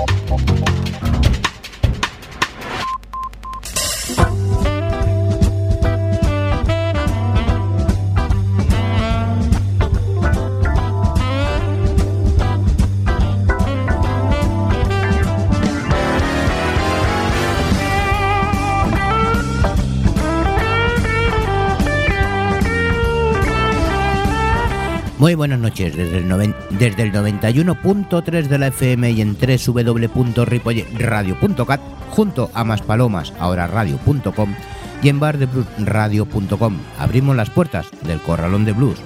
Muy buenas noches, desde el 91.3 de la FM y en www.ripolletradio.cat, junto a Maspalomas, ahora radio.com, y en bardebluesradio.com. Abrimos las puertas del Corralón de Blues.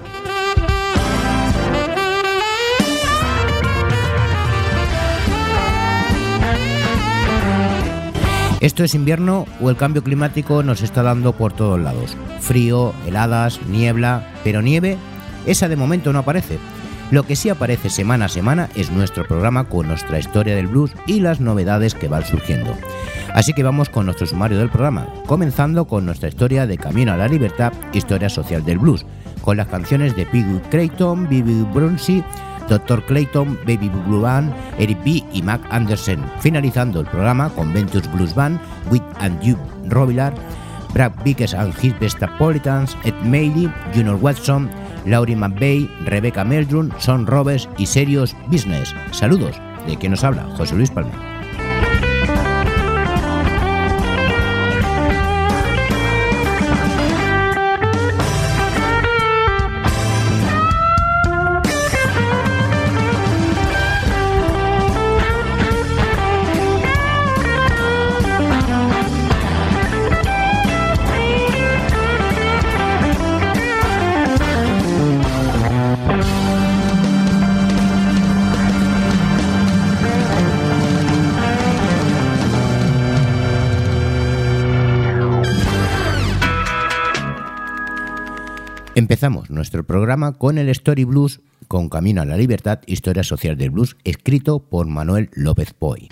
Esto es invierno o el cambio climático nos está dando por todos lados. Frío, heladas, niebla, pero nieve, esa de momento no aparece. Lo que sí aparece semana a semana es nuestro programa con nuestra historia del blues y las novedades que van surgiendo. Así que vamos con nuestro sumario del programa, comenzando con nuestra historia de Camino a la Libertad, historia social del blues, con las canciones de Peggy Creighton, B.B. Brunsey, Dr. Clayton, Baby Blue Band, Eric B. y Mac Anderson, finalizando el programa con Ventus Blues Band, Witt and Duke Robillard, Brad Vickers and his Bestapolitans, Ed Maley, Junior Watson, Laurie McVeigh, Rebecca Meldrum, Son Roberts y Serious Business. Saludos, de quien nos habla, José Luis Palma. Empezamos nuestro programa con el Story Blues, con Camino a la Libertad, historia social del blues, escrito por Manuel López Poy.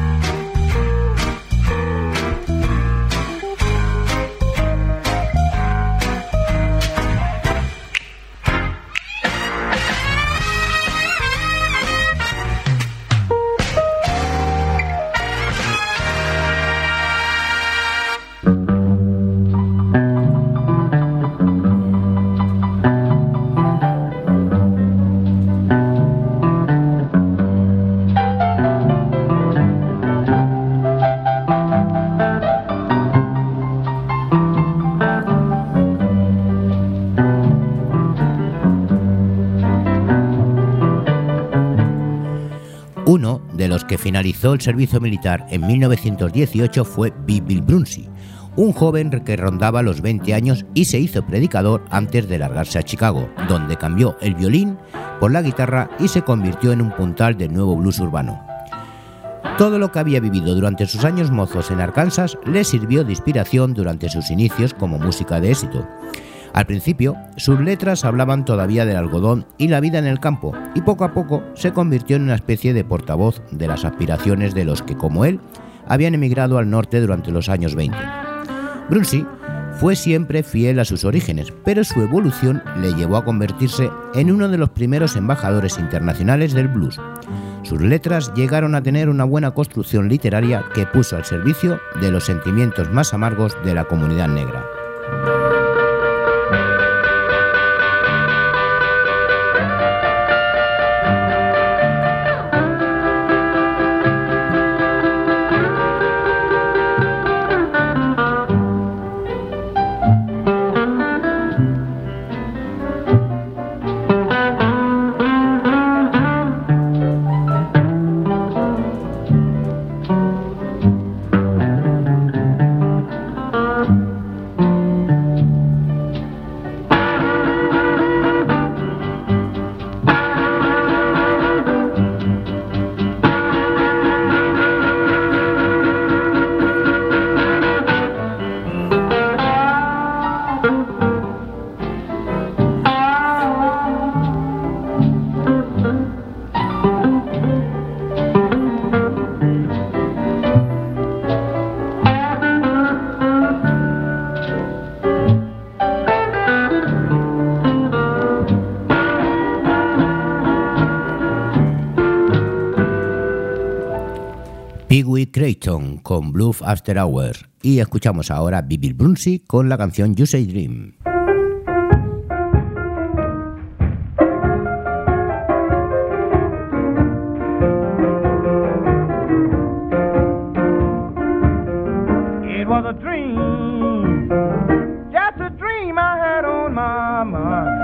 Uno de los que finalizó el servicio militar en 1918 fue B.B. Brunsey, un joven que rondaba los 20 años y se hizo predicador antes de largarse a Chicago, donde cambió el violín por la guitarra y se convirtió en un puntal del nuevo blues urbano. Todo lo que había vivido durante sus años mozos en Arkansas le sirvió de inspiración durante sus inicios como música de éxito. Al principio, sus letras hablaban todavía del algodón y la vida en el campo, y poco a poco se convirtió en una especie de portavoz de las aspiraciones de los que, como él, habían emigrado al norte durante los años 20. Brunsey fue siempre fiel a sus orígenes, pero su evolución le llevó a convertirse en uno de los primeros embajadores internacionales del blues. Sus letras llegaron a tener una buena construcción literaria que puso al servicio de los sentimientos más amargos de la comunidad negra. Pee Wee Creighton con Blues After Hours y escuchamos ahora Bill Brunsey con la canción You Say Dream. It was a dream, just a dream I had on my mind.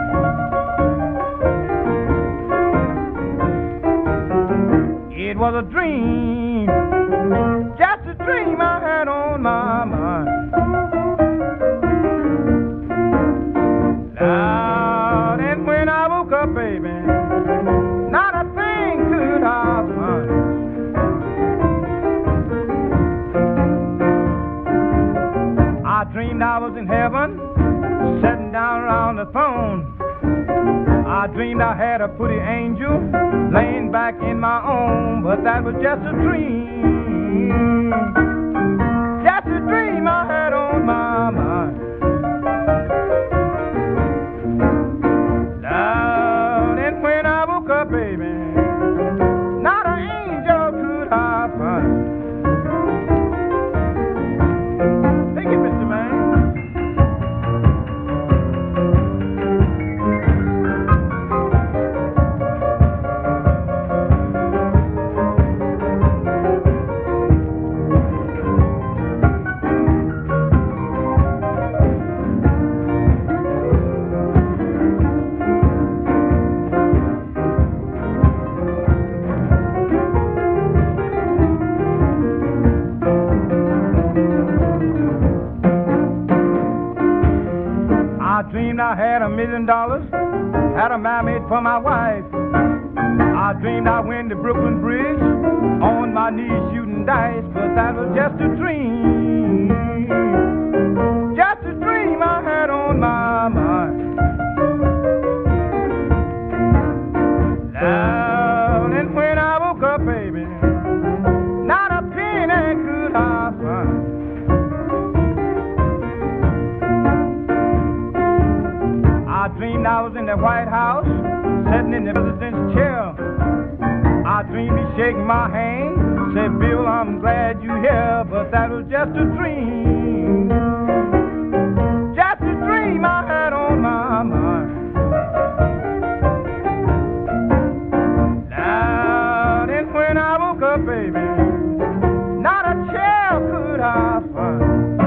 It was a dream, just a dream I had on my mind. Loud, and when I woke up, baby, not a thing could I find. I dreamed I was in heaven, sitting down around the throne. I dreamed I had a pretty angel laying back in my own, but that was just a dream. Just a dream I had on my mind. Loud, and when I woke up, baby, not an angel could I find. Take it, Mr. Man. I had $1 million, had a married for my wife. I dreamed I went to Brooklyn Bridge, on my knees shooting dice, but that was just a dream. Just a dream I had on my mind. Loud, and when I woke up, baby, not a penny could I find. I dreamed I was in the White House, sitting in the president's chair. I dreamed he shaking my hand, said, Bill, I'm glad you're here, but that was just a dream. Just a dream I had on my mind. Loud, and when I woke up, baby, not a chair could I find.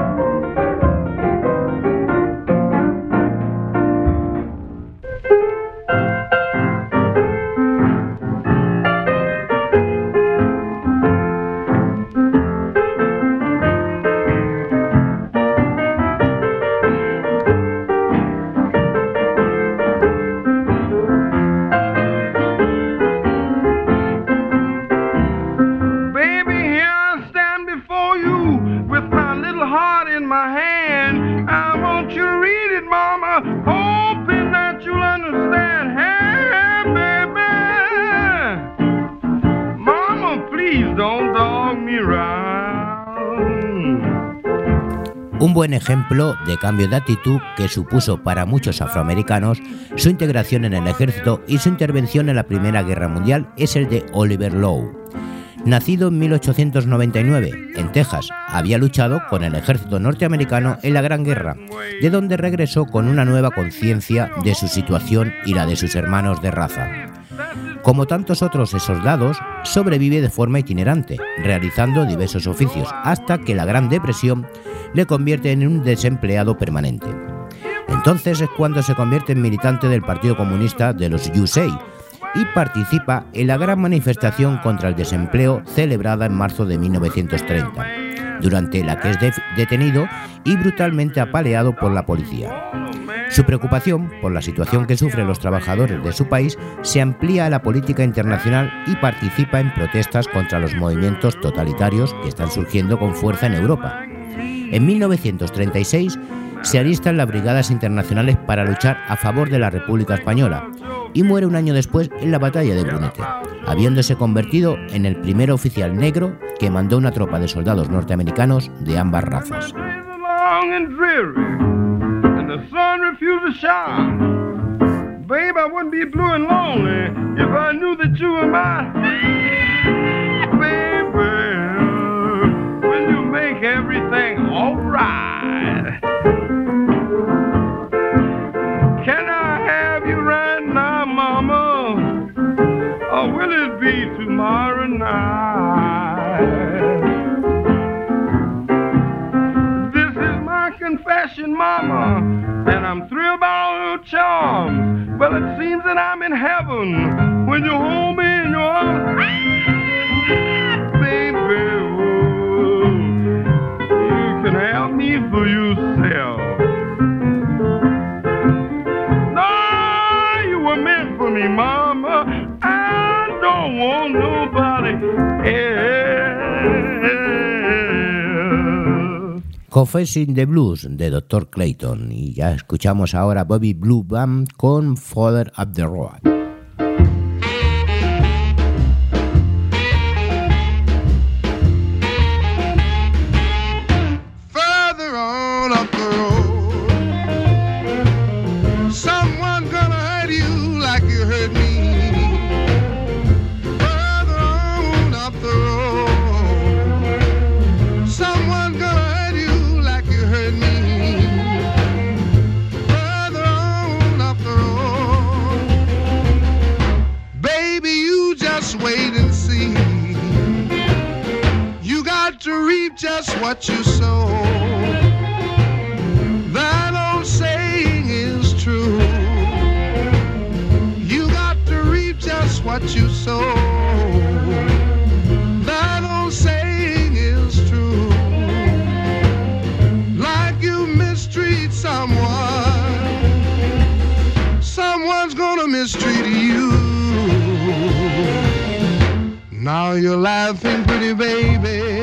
Un buen ejemplo de cambio de actitud que supuso para muchos afroamericanos su integración en el ejército y su intervención en la Primera Guerra Mundial es el de Oliver Lowe. Nacido en 1899 en Texas, había luchado con el ejército norteamericano en la Gran Guerra, de donde regresó con una nueva conciencia de su situación y la de sus hermanos de raza. Como tantos otros soldados, sobrevive de forma itinerante, realizando diversos oficios, hasta que la Gran Depresión le convierte en un desempleado permanente. Entonces es cuando se convierte en militante del Partido Comunista de los USA y participa en la gran manifestación contra el desempleo celebrada en marzo de 1930, durante la que es detenido y brutalmente apaleado por la policía. Su preocupación por la situación que sufren los trabajadores de su país se amplía a la política internacional y participa en protestas contra los movimientos totalitarios que están surgiendo con fuerza en Europa. En 1936 se alista en las Brigadas Internacionales para luchar a favor de la República Española y muere un año después en la batalla de Brunete, habiéndose convertido en el primer oficial negro que mandó una tropa de soldados norteamericanos de ambas razas. Babe, I wouldn't be blue and lonely if I knew that you were my baby. This is my confession, Mama, and I'm thrilled by all your charms. Well, it seems that I'm in heaven when you hold me in your arms. Baby, oh, you can have me for yourself. No, you were meant for me, Mama. I don't want nobody else. Confessing the Blues de Dr. Clayton, y ya escuchamos ahora Bobby Blue Band con Further Up the Road. Further on up the road, someone gonna hurt you like you hurt me. Further on up the road, someone gonna hurt you like you hurt me. Further on up the road, baby, you just wait and see. You got to reap just what you sow. That old saying is true. You got to reap just what you sow. That old saying is true. Like you mistreat someone, someone's gonna mistreat you. Now you're laughing, pretty baby.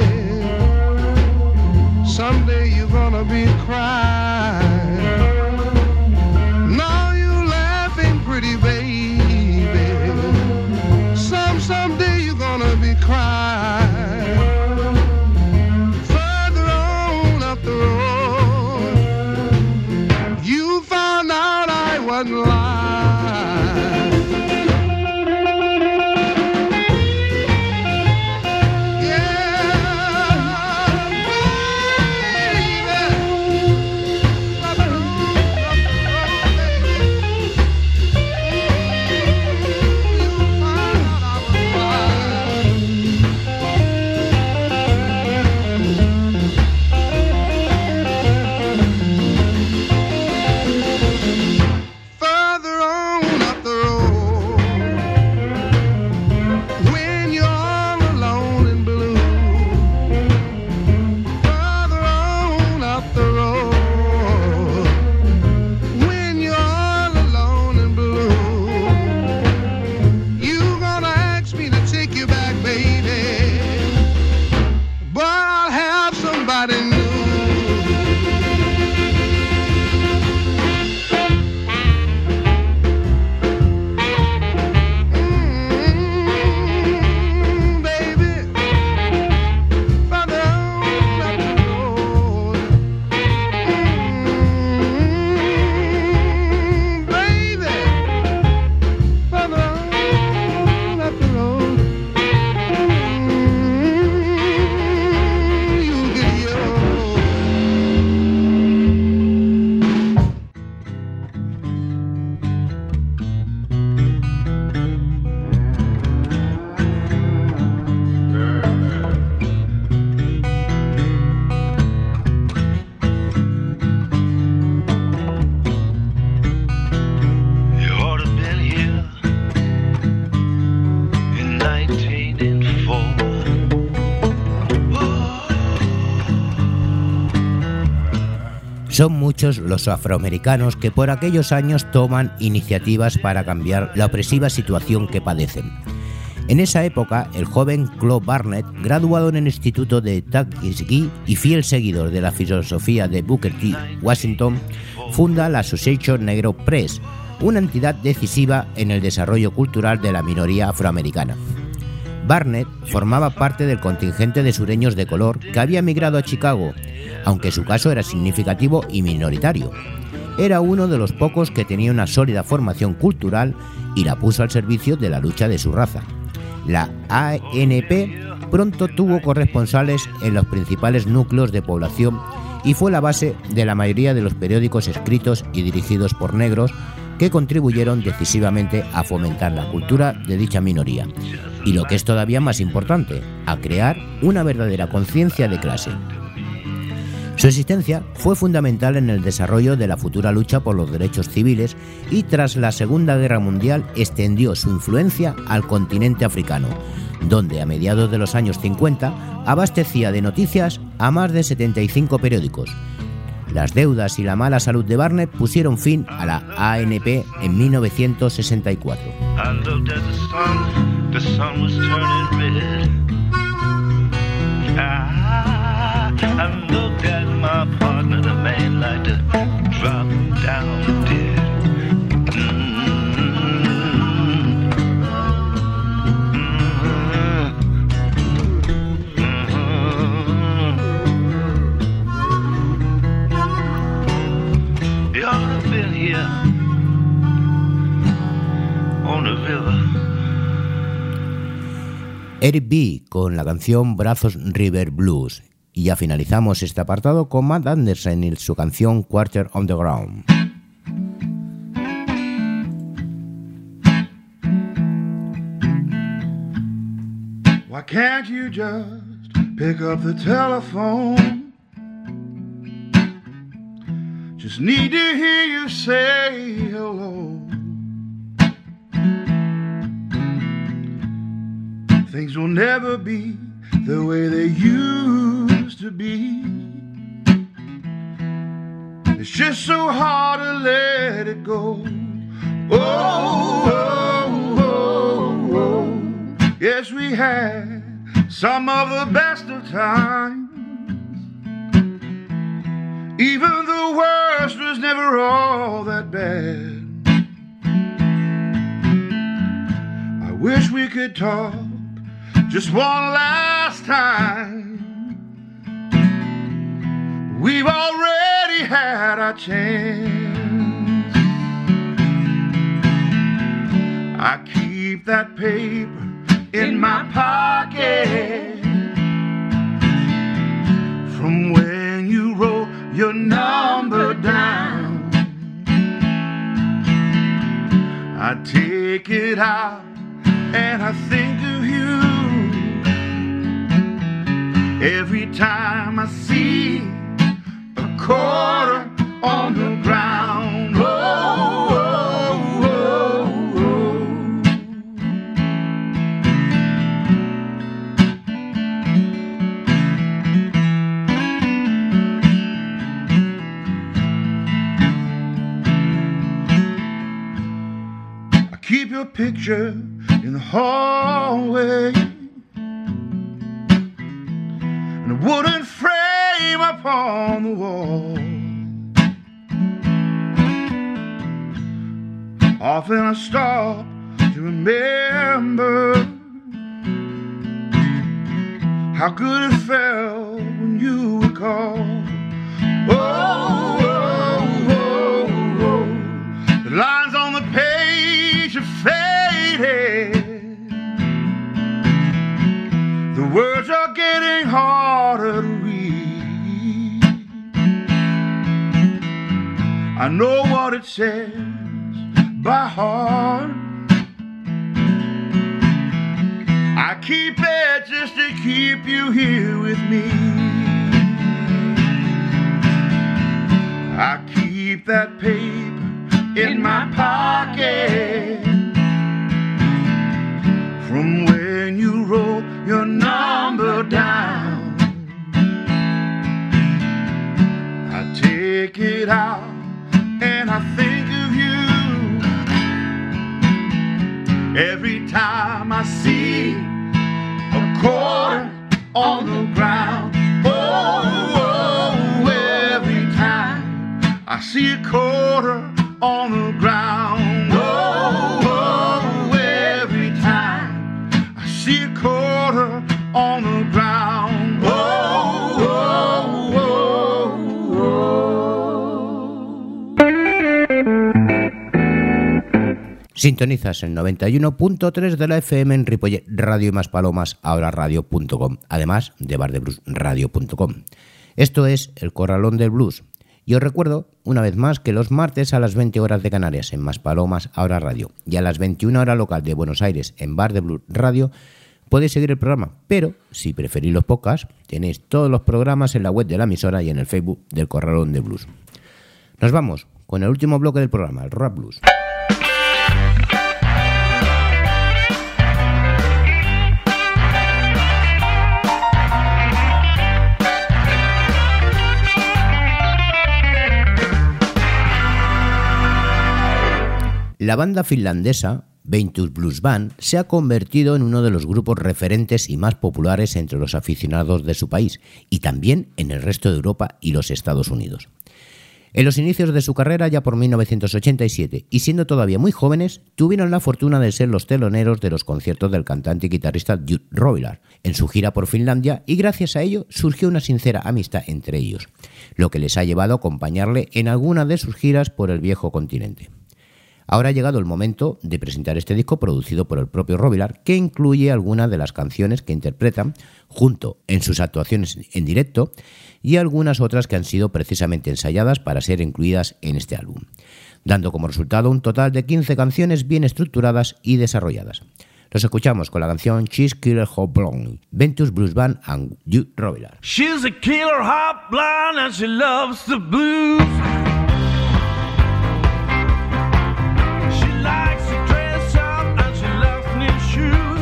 Someday you're gonna be crying. Now you're laughing, pretty baby. Someday you're gonna be crying. Further on up the road, you found out I wasn't lying. Son muchos los afroamericanos que por aquellos años toman iniciativas para cambiar la opresiva situación que padecen. En esa época, el joven Claude Barnett, graduado en el Instituto de Tuskegee y fiel seguidor de la filosofía de Booker T. Washington, funda la Association Negro Press, una entidad decisiva en el desarrollo cultural de la minoría afroamericana. Barnett formaba parte del contingente de sureños de color que había emigrado a Chicago, aunque su caso era significativo y minoritario. Era uno de los pocos que tenía una sólida formación cultural y la puso al servicio de la lucha de su raza. La ANP pronto tuvo corresponsales en los principales núcleos de población y fue la base de la mayoría de los periódicos escritos y dirigidos por negros que contribuyeron decisivamente a fomentar la cultura de dicha minoría. y lo que es todavía más importante, a crear una verdadera conciencia de clase. Su existencia fue fundamental en el desarrollo de la futura lucha por los derechos civiles y tras la Segunda Guerra Mundial extendió su influencia al continente africano, donde a mediados de los años 50 abastecía de noticias a más de 75 periódicos. Las deudas y la mala salud de Barnett pusieron fin a la ANP en 1964. I looked at my partner, the man like to drop down dead. You ought to have been here on the river. Eric B. con la canción Brazos River Blues. Y ya finalizamos este apartado con Matt Anderson y su canción Quarter on the Ground. Why can't you just pick up the telephone? Just need to hear you say hello. Things will never be the way they used to be. It's just so hard to let it go. Oh, oh, oh, oh. Yes, we had some of the best of times. Even the worst was never all that bad. I wish we could talk just one last time. We've already had our chance. I keep that paper in my pocket from when you wrote your number down. I take it out and I think of you every time I see a quarter on the ground. Oh, oh, oh, oh. I keep your picture in the hallway, and a wooden frame upon the wall. Often I stop to remember how good it felt when you would call. Oh, oh, oh, oh. The lines on the page have faded. The words are getting harder to read. I know what it says by heart. I keep it just to keep you here with me. I keep that paper in my pocket from when you wrote your number down. I take it out and I think of you every time I see a quarter on the ground. Oh, oh, every time I see a quarter on the ground. Oh, oh, every time I see a quarter on the ground. Oh, oh, oh, oh. Sintonizas el 91.3 de la FM en Ripollet Radio y Más Palomas, ahora radio.com, además de bardebluesradio.com. Esto es El Corralón del Blues Y os recuerdo, una vez más, que los martes a las 20 horas de Canarias en Maspalomas Ahora Radio y a las 21 horas local de Buenos Aires en Bar de Blues Radio podéis seguir el programa, pero si preferís los podcasts, tenéis todos los programas en la web de la emisora y en el Facebook del Corralón de Blues. Nos vamos con el último bloque del programa, el Rap Blues. La banda finlandesa Ventus Blues Band se ha convertido en uno de los grupos referentes y más populares entre los aficionados de su país y también en el resto de Europa y los Estados Unidos. En los inicios de su carrera, ya por 1987, y siendo todavía muy jóvenes, tuvieron la fortuna de ser los teloneros de los conciertos del cantante y guitarrista Jude Roilar en su gira por Finlandia, y gracias a ello surgió una sincera amistad entre ellos, lo que les ha llevado a acompañarle en alguna de sus giras por el viejo continente. Ahora ha llegado el momento de presentar este disco producido por el propio Roilar, que incluye algunas de las canciones que interpretan junto en sus actuaciones en directo y algunas otras que han sido precisamente ensayadas para ser incluidas en este álbum, dando como resultado un total de 15 canciones bien estructuradas y desarrolladas. Los escuchamos con la canción She's Killer Hot Blonde, Ventus Blues Band and Jude Roilar. She's a killer hot blonde and she loves the blues. Likes to dress up and she loves new shoes.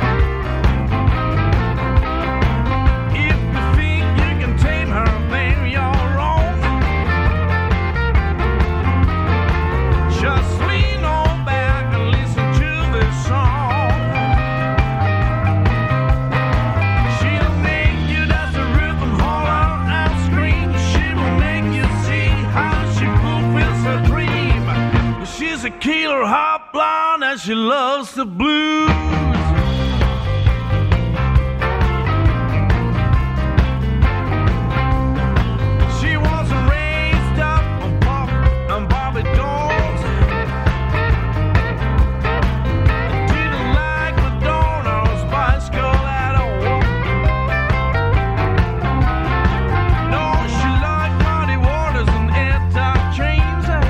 If you think you can tame her, then you're wrong. Just lean on back and listen to this song. She'll make you dance the rhythm, holler and scream. She will make you see how she fulfills her dream. She's a killer hot blonde and she loves the blues. She wasn't raised up on Bobby dolls. Didn't like Madonna or Spice Girl at all. No, she liked Muddy Waters and Airtight Chains.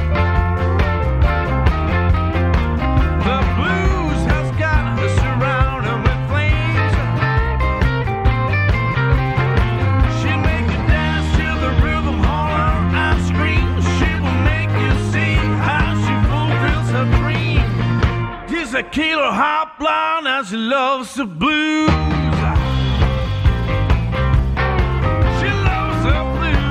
A killer hot blonde and she loves the blues. She loves the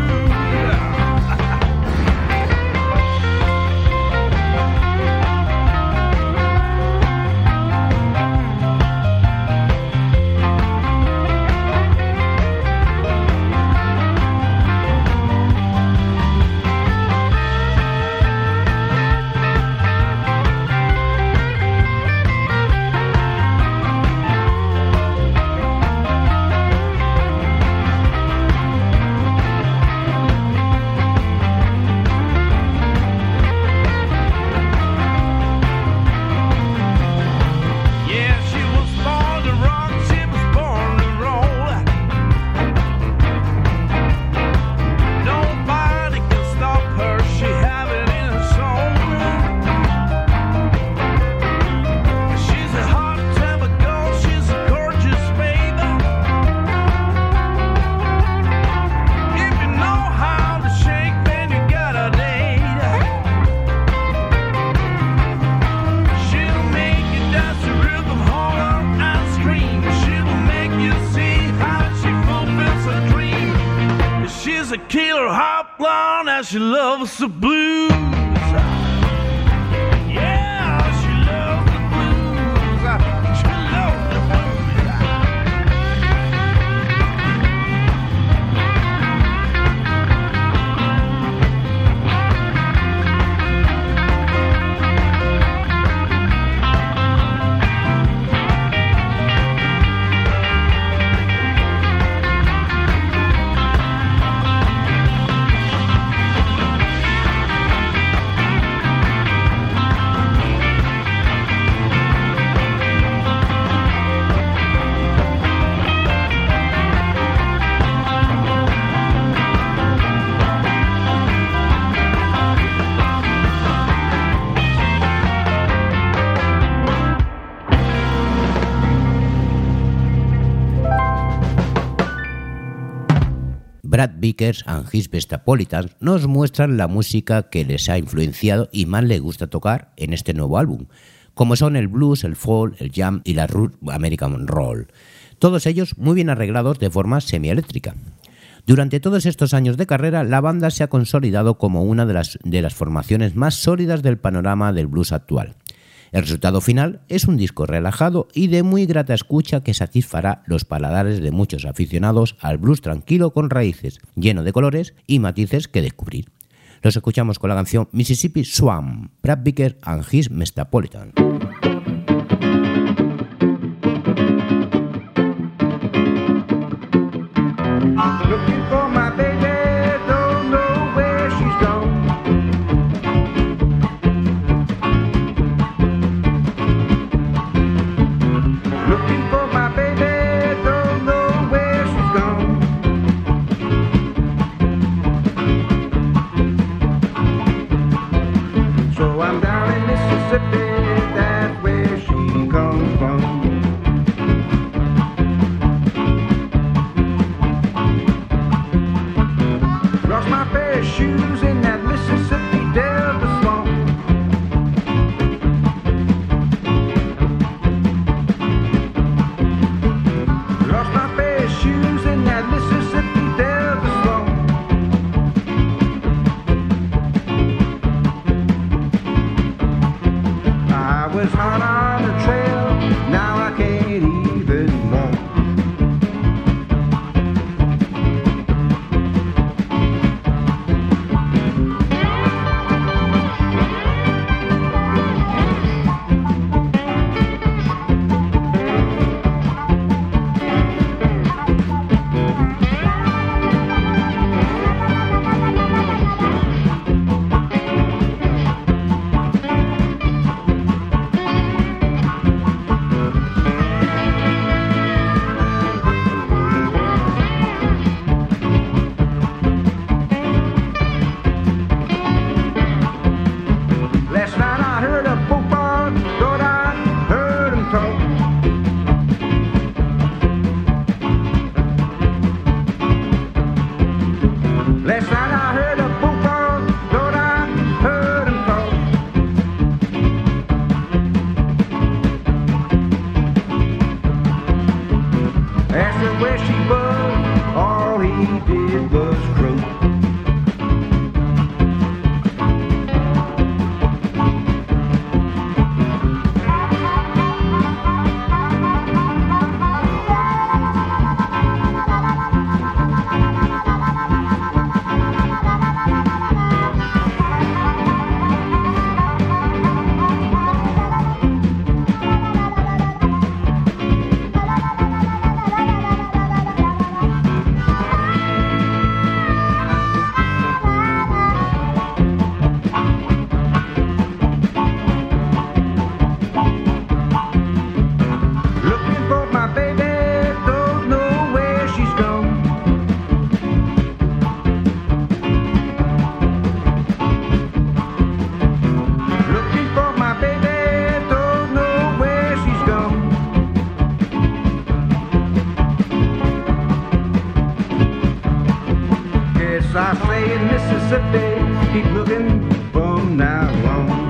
killer hot blonde and she loves the blues. Yeah, she loves the blues. She loves the blues. Brad Vickers and his Metropolitans nos muestran la música que les ha influenciado y más les gusta tocar en este nuevo álbum, como son el blues, el folk, el jam y la root American roll, todos ellos muy bien arreglados de forma semieléctrica. Durante todos estos años de carrera, la banda se ha consolidado como una de las formaciones más sólidas del panorama del blues actual. El resultado final es un disco relajado y de muy grata escucha que satisfará los paladares de muchos aficionados al blues tranquilo con raíces, lleno de colores y matices que descubrir. Los escuchamos con la canción Mississippi Swamp, Brad Vickers and his Metropolitans. Looking for my baby, don't know where she's gone. Looking for my baby, don't know where she's gone. So I'm down in Mississippi, that's where she comes from. Lost my pair of shoes in that Mississippi Delta swamp. Lost my pair of shoes in that Mississippi Delta swamp. I was hot on the trail, now I can't even walk. I say in Mississippi, keep looking from now on.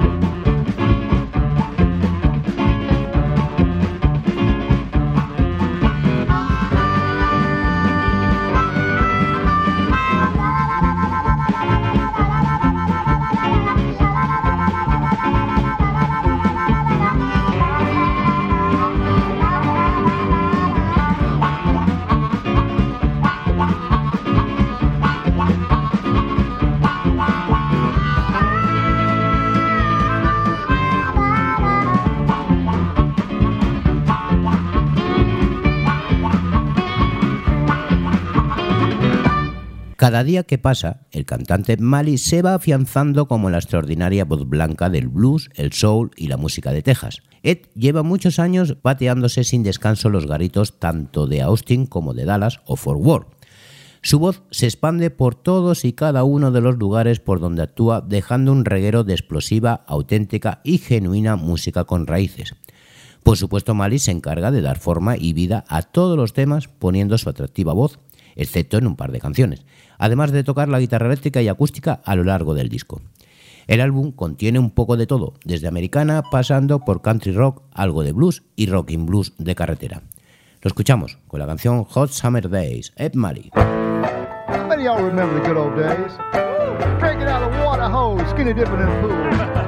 Cada día que pasa, el cantante Mali se va afianzando como la extraordinaria voz blanca del blues, el soul y la música de Texas. Ed lleva muchos años pateándose sin descanso los garitos tanto de Austin como de Dallas o Fort Worth. Su voz se expande por todos y cada uno de los lugares por donde actúa, dejando un reguero de explosiva, auténtica y genuina música con raíces. Por supuesto, Mali se encarga de dar forma y vida a todos los temas poniendo su atractiva voz, excepto en un par de canciones, además de tocar la guitarra eléctrica y acústica a lo largo del disco. El álbum contiene un poco de todo, desde americana pasando por country rock, algo de blues y rock and blues de carretera. Lo escuchamos con la canción Hot Summer Days, Ed Murray. How many of y'all remember the good old days? Drinking out of a water hose, skinny dipping in a pool.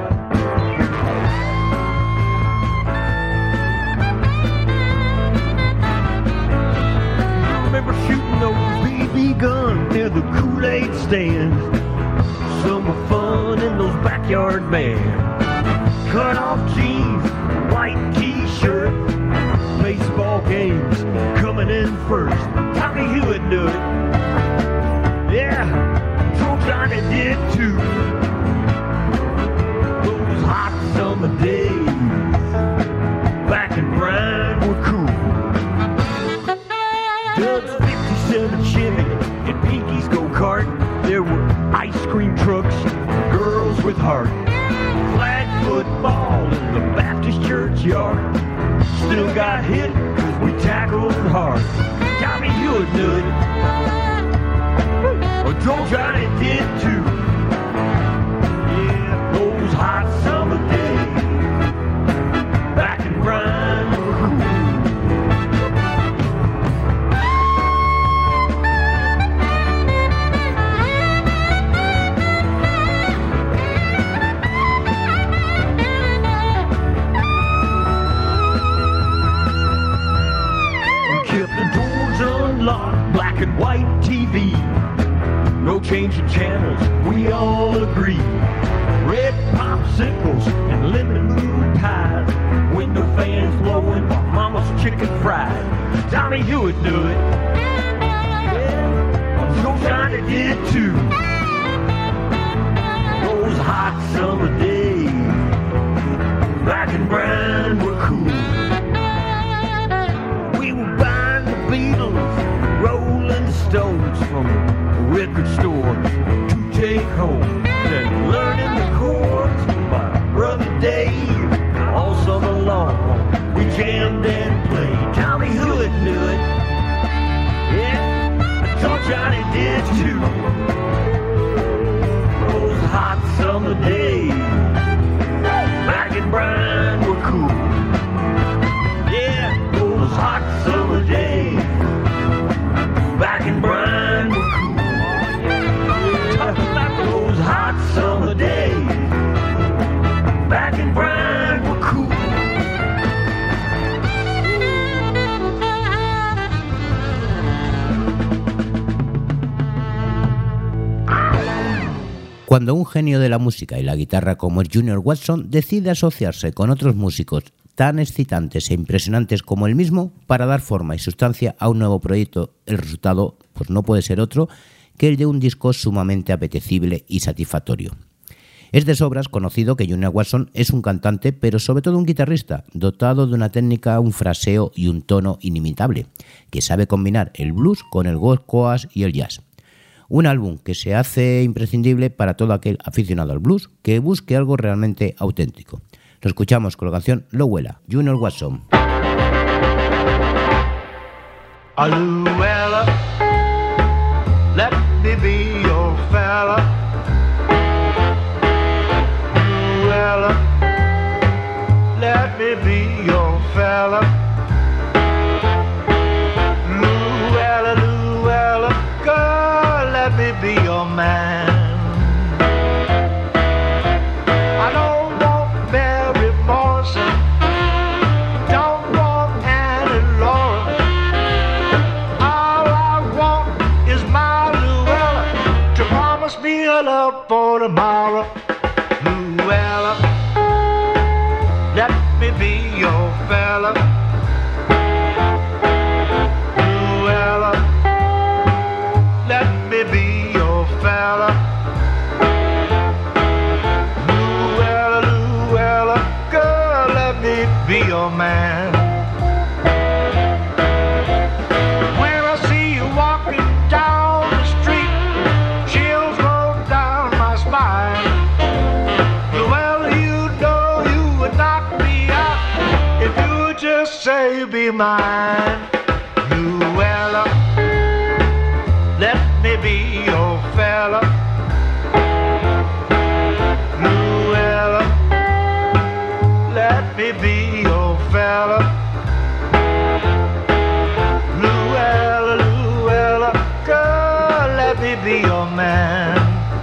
I remember shooting those BB guns near the Kool-Aid stands. Summer fun in those backyard bands. Cut off jeans, white t-shirt. Baseball games coming in first. Tommy Hewitt knew it. Yeah, Joe Johnny did too. Those hot summer days back in Bryan were cool. Doug's 57 Chevy and Pinky's go-kart. There were ice cream trucks, girls with heart. Flag football in the Baptist churchyard. Still got hit cause we tackled hard. Tommy Hewitt knew it. Or Joe Johnny did too. Yeah, those hot summer days back in Bryan were cool. Black and white TV, no changing channels, we all agree. Red popsicles and lemon moon pies, window fans blowing while mama's chicken fried. Tommy Hewitt knew it, yeah, Joe Johnny did too. Those hot summer days back in Bryan were cool. We were buying the Beatles, Rolling Stones from record stores to take home, then learning the chords with my brother Dave. All summer long we jammed and played. Tommy Hewitt knew it, yeah, Joe Johnny did too. Those hot summer days back in Bryan were cool. Yeah, those hot summer days back in Bryan were cool. Talk about those hot summer days back in Bryan were cool. Cuando un genio de la música y la guitarra como es Junior Watson decide asociarse con otros músicos tan excitantes e impresionantes como él mismo para dar forma y sustancia a un nuevo proyecto, el resultado pues no puede ser otro que el de un disco sumamente apetecible y satisfactorio. Es de sobras conocido que Junior Watson es un cantante, pero sobre todo un guitarrista, dotado de una técnica, un fraseo y un tono inimitable, que sabe combinar el blues con el gospel coast y el jazz. Un álbum que se hace imprescindible para todo aquel aficionado al blues que busque algo realmente auténtico. Lo escuchamos con la canción Lo Huela, Junior Watson. Luella, let me be your fella. Luella, let me be your fella. Luella, Luella, girl, let me be your man. I don't want Mary Morrison, don't want Annie Laura. All I want is my Luella to promise me a love for tomorrow. Luella, let me be your fella. Luella, let me be your fella. Luella, Luella, girl, let me be your man. When I see you walking down the street, chills roll down my spine. Well, you know you would knock me out if you would just say be mine. Luella, me be your man.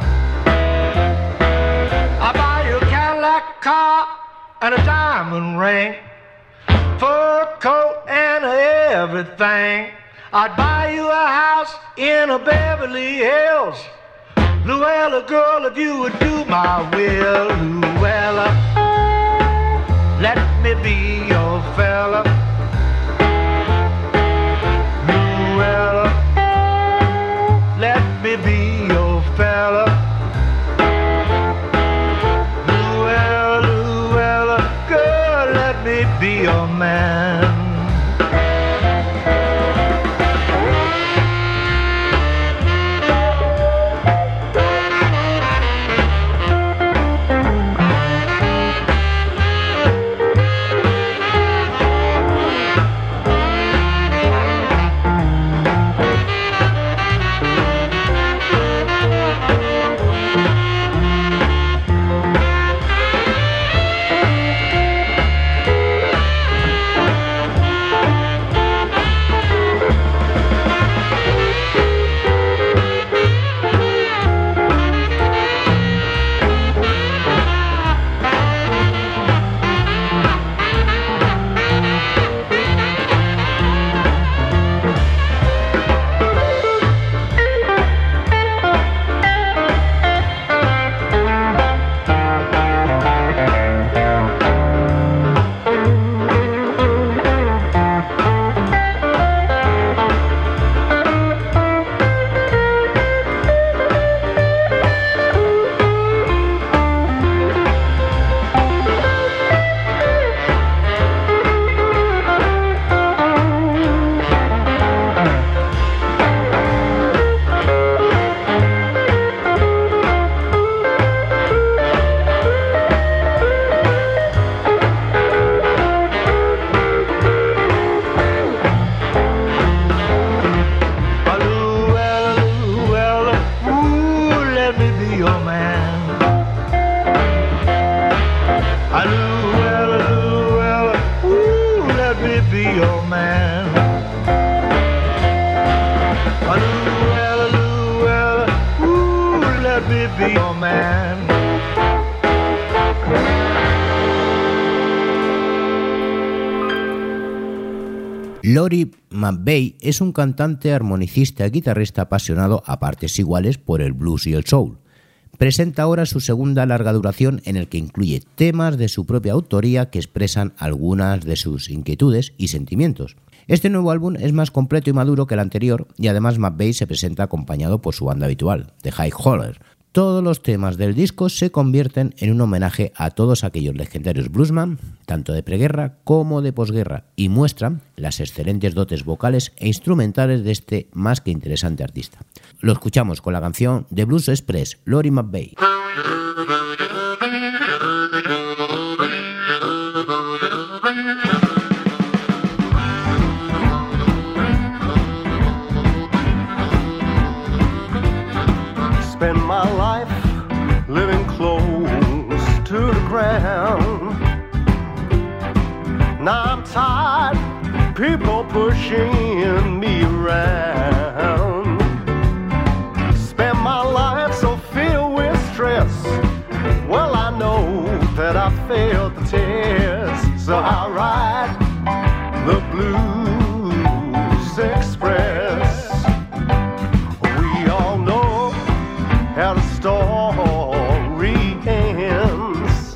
I buy you a Cadillac car and a diamond ring, fur coat and everything. I'd buy you a house in a Beverly Hills. Luella, girl, if you would do my will. Luella, let me be your fella. Luella, let me be your fella. Luella, Luella, girl, let me be your man. Lori McVey es un cantante, armonicista y guitarrista apasionado a partes iguales por el blues y el soul. Presenta ahora su segunda larga duración en el que incluye temas de su propia autoría que expresan algunas de sus inquietudes y sentimientos. Este nuevo álbum es más completo y maduro que el anterior y además McVey se presenta acompañado por su banda habitual, The High Holler. Todos los temas del disco se convierten en un homenaje a todos aquellos legendarios bluesman, tanto de preguerra como de posguerra, y muestran las excelentes dotes vocales e instrumentales de este más que interesante artista. Lo escuchamos con la canción The Blues Express, Lori McVey. Spend my life living close to the ground. Now I'm tired, people pushing me around. Spend my life so filled with stress. Well, I know that I failed the test, so I ride the Blues Express. We all know how the story ends.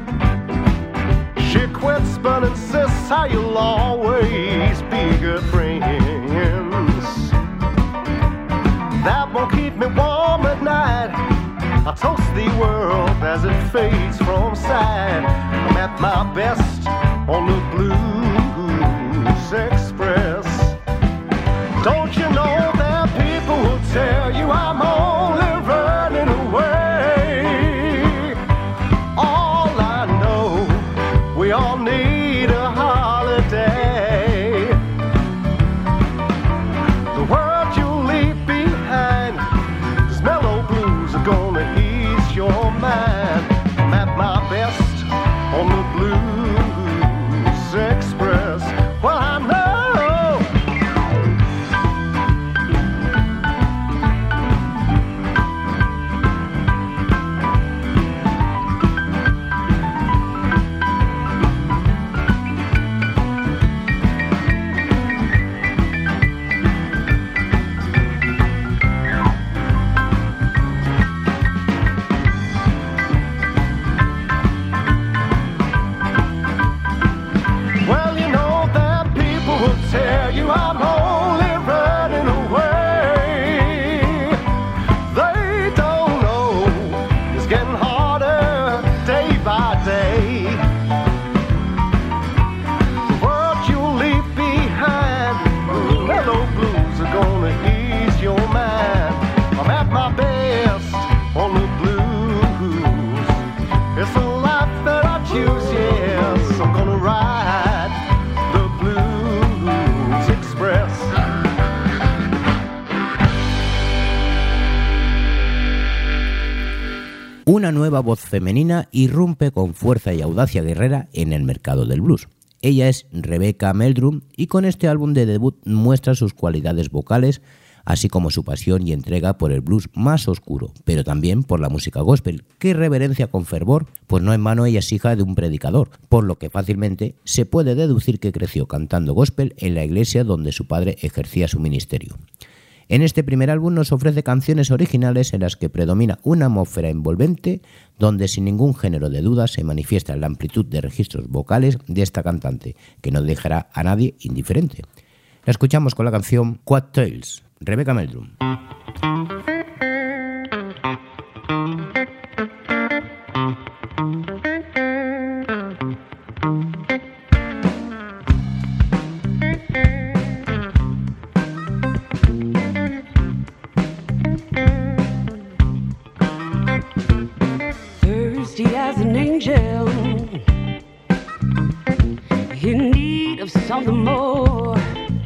She quits but insists how you'll always be good friends. That won't keep me warm at night. I toast the world as it fades from sight. I'm at my best on the Blues Express. Don't you know that people will tell you I'm only running away? All I know, we all need a holiday. The world you leave behind, these mellow blues are gonna ease your mind. I'm at my best on the Blues Express. Well, I know Una nueva voz femenina irrumpe con fuerza y audacia guerrera en el mercado del blues. Ella es Rebecca Meldrum y con este álbum de debut muestra sus cualidades vocales, así como su pasión y entrega por el blues más oscuro, pero también por la música gospel, que reverencia con fervor, pues no en vano ella es hija de un predicador, por lo que fácilmente se puede deducir que creció cantando gospel en la iglesia donde su padre ejercía su ministerio. En este primer álbum nos ofrece canciones originales en las que predomina una atmósfera envolvente, donde sin ningún género de duda se manifiesta la amplitud de registros vocales de esta cantante, que no dejará a nadie indiferente. La escuchamos con la canción Quad Tales, Rebecca Meldrum. Thirsty as an angel, in need of something more.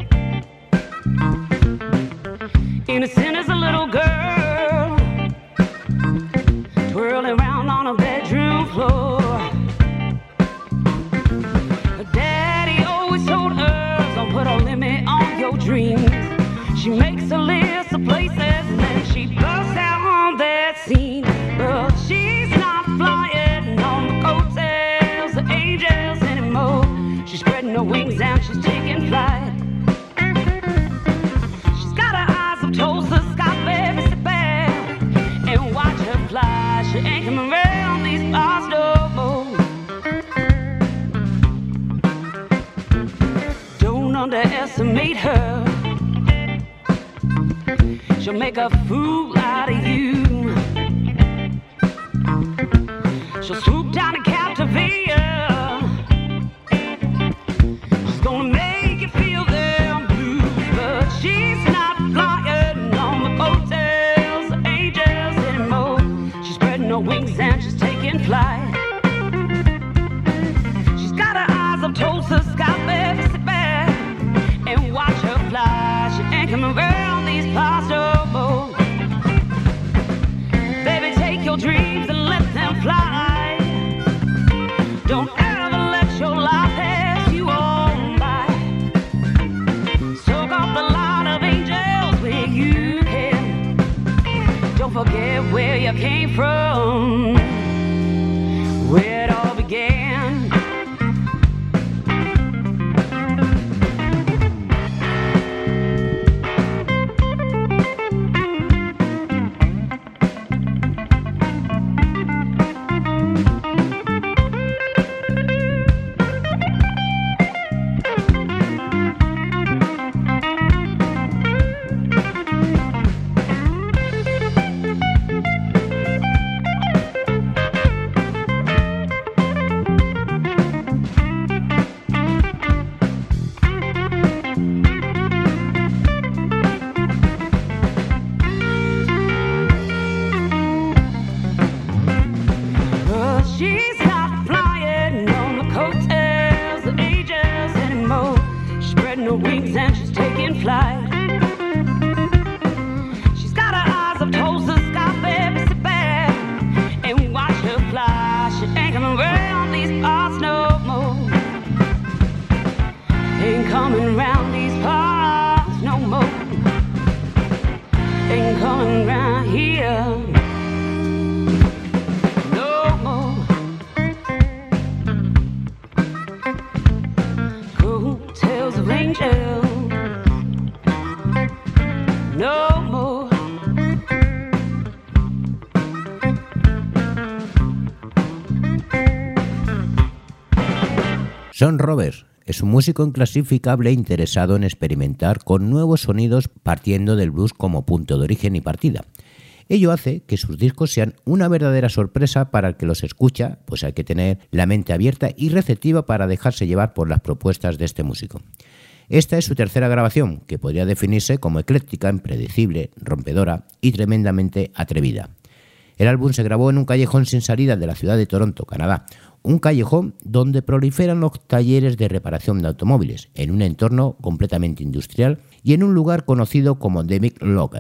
Innocent as a little girl, twirling around on a bedroom floor. Her daddy always told her, don't put a limit on your dreams. She makes a list of places and then she busts out on that scene. But she's not flying on the coattails of angels anymore. She's spreading her wings and she's taking flight. Tulsa, Scott, baby, sit back and watch her fly. She ain't coming around these parts no more. Don't underestimate her. She'll make a fool out of you. She'll swoop down and captivate you. She's gonna make you feel them blues, but she's not flying on the coattails of angels anymore. She's spreading her wings and she's taking flight. She's got her eyes up Tulsa, Scott, baby, sit back and watch her fly. She ain't coming around these parts no more. Baby, take your dreams and let them fly. Don't ever let your life pass you on by. Soak up the light of angels where you can. Don't forget where you came from, where it all began. Son Roberts es un músico inclasificable interesado en experimentar con nuevos sonidos partiendo del blues como punto de origen y partida. Ello hace que sus discos sean una verdadera sorpresa para el que los escucha, pues hay que tener la mente abierta y receptiva para dejarse llevar por las propuestas de este músico. Esta es su tercera grabación, que podría definirse como ecléctica, impredecible, rompedora y tremendamente atrevida. El álbum se grabó en un callejón sin salida de la ciudad de Toronto, Canadá, un callejón donde proliferan los talleres de reparación de automóviles, en un entorno completamente industrial y en un lugar conocido como The Big Locker.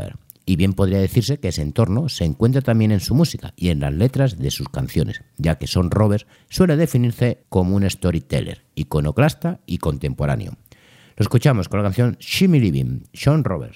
y bien podría decirse que ese entorno se encuentra también en su música y en las letras de sus canciones, ya que Sean Roberts suele definirse como un storyteller, iconoclasta y contemporáneo. Lo escuchamos con la canción Shimmy Living, Sean Roberts.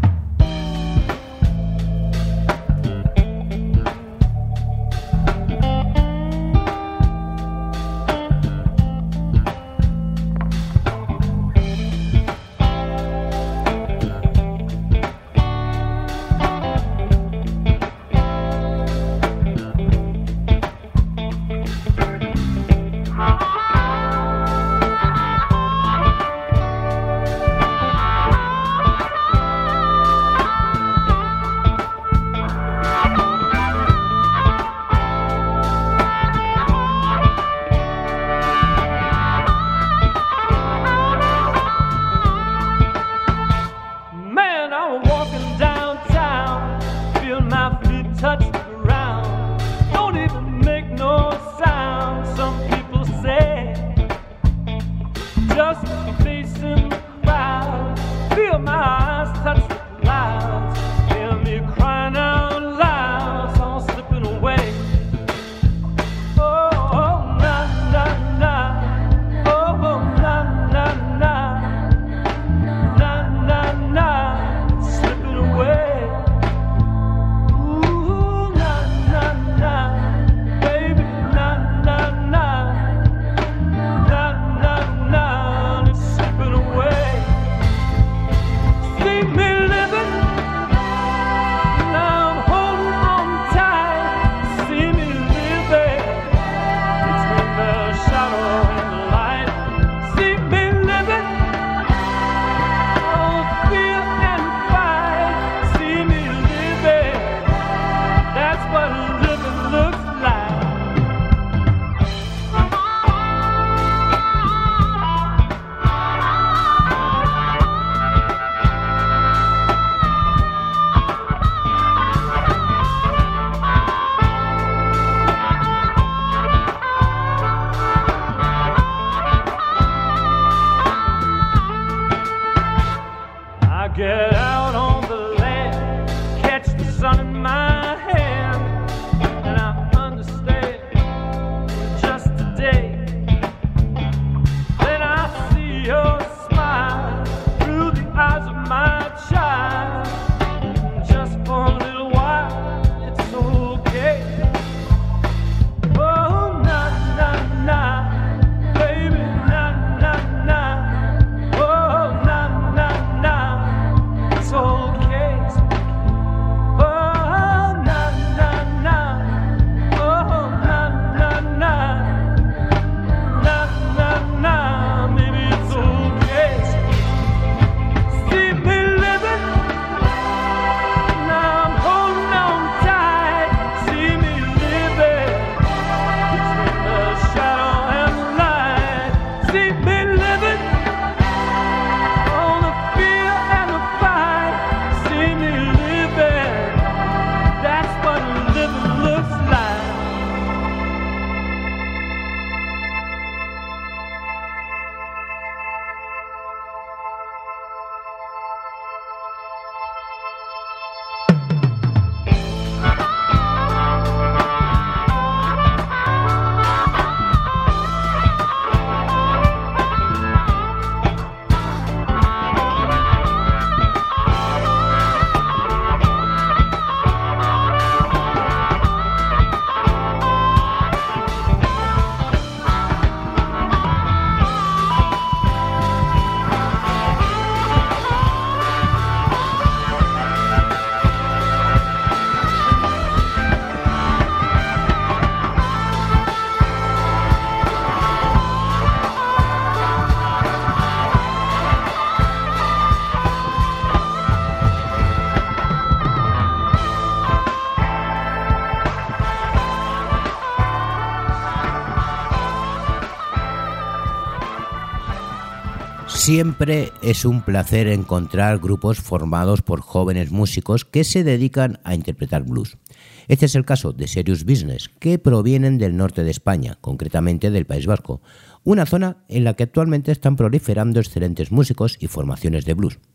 Siempre es un placer encontrar grupos formados por jóvenes músicos que se dedican a interpretar blues. Este es el caso de Serious Business, que provienen del norte de España, concretamente del País Vasco, una zona en la que actualmente están proliferando excelentes músicos y formaciones de blues.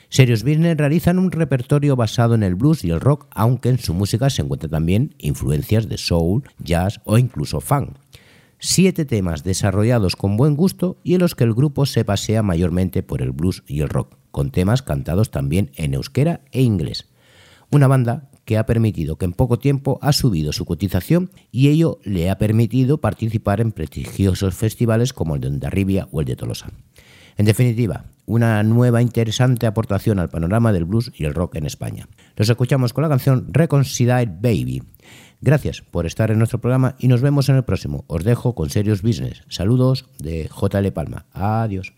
Serious Business realizan un repertorio basado en el blues y el rock, aunque en su música se encuentran también influencias de soul, jazz o incluso funk. 7 temas desarrollados con buen gusto y en los que el grupo se pasea mayormente por el blues y el rock, con temas cantados también en euskera e inglés. Una banda que ha permitido que en poco tiempo ha subido su cotización y ello le ha permitido participar en prestigiosos festivales como el de Hondarribia o el de Tolosa. En definitiva, una nueva interesante aportación al panorama del blues y el rock en España. Los escuchamos con la canción Reconsider Baby. Gracias por estar en nuestro programa y nos vemos en el próximo. Os dejo con Serious Business. Saludos de JL Palma. Adiós.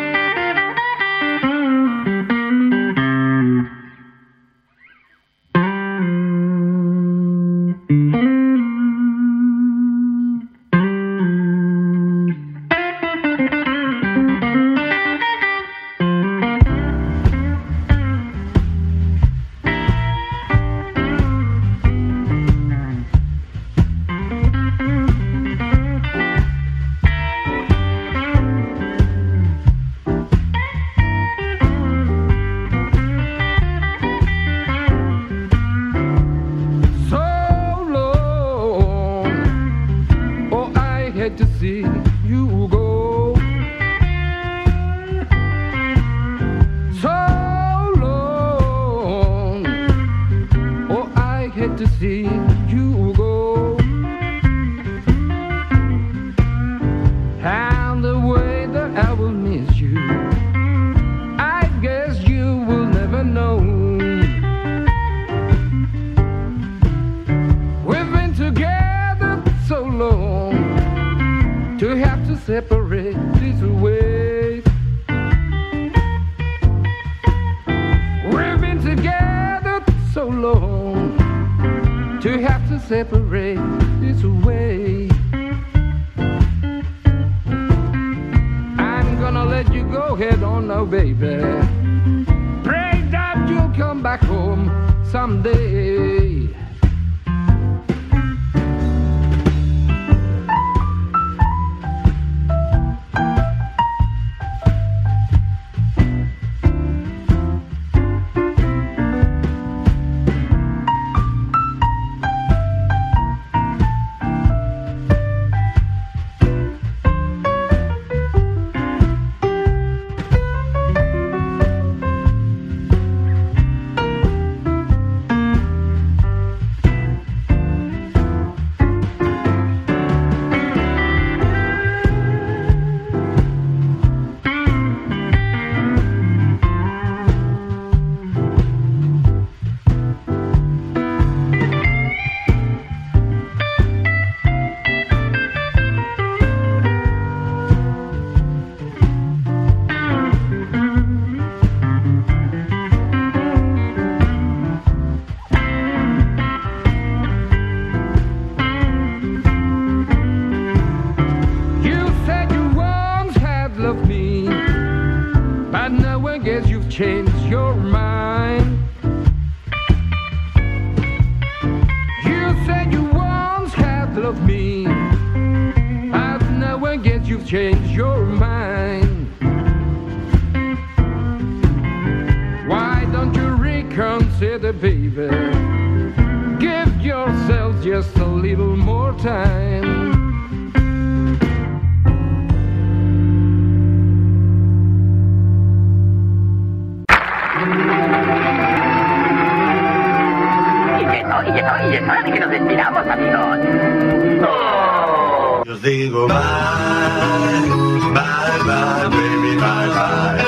Change your mind. You said you once had loved me, but now I guess you've changed your mind. Why don't you reconsider, baby? Give yourself just a little more time. Y es hora de que nos despidamos, amigos. Yo os digo bye, bye, bye, baby, bye, bye.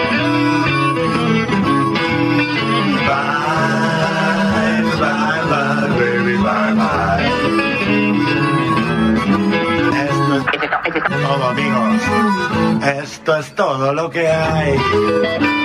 Bye, bye, bye, baby, bye, bye. Esto es todo, amigos. Esto es todo lo que hay.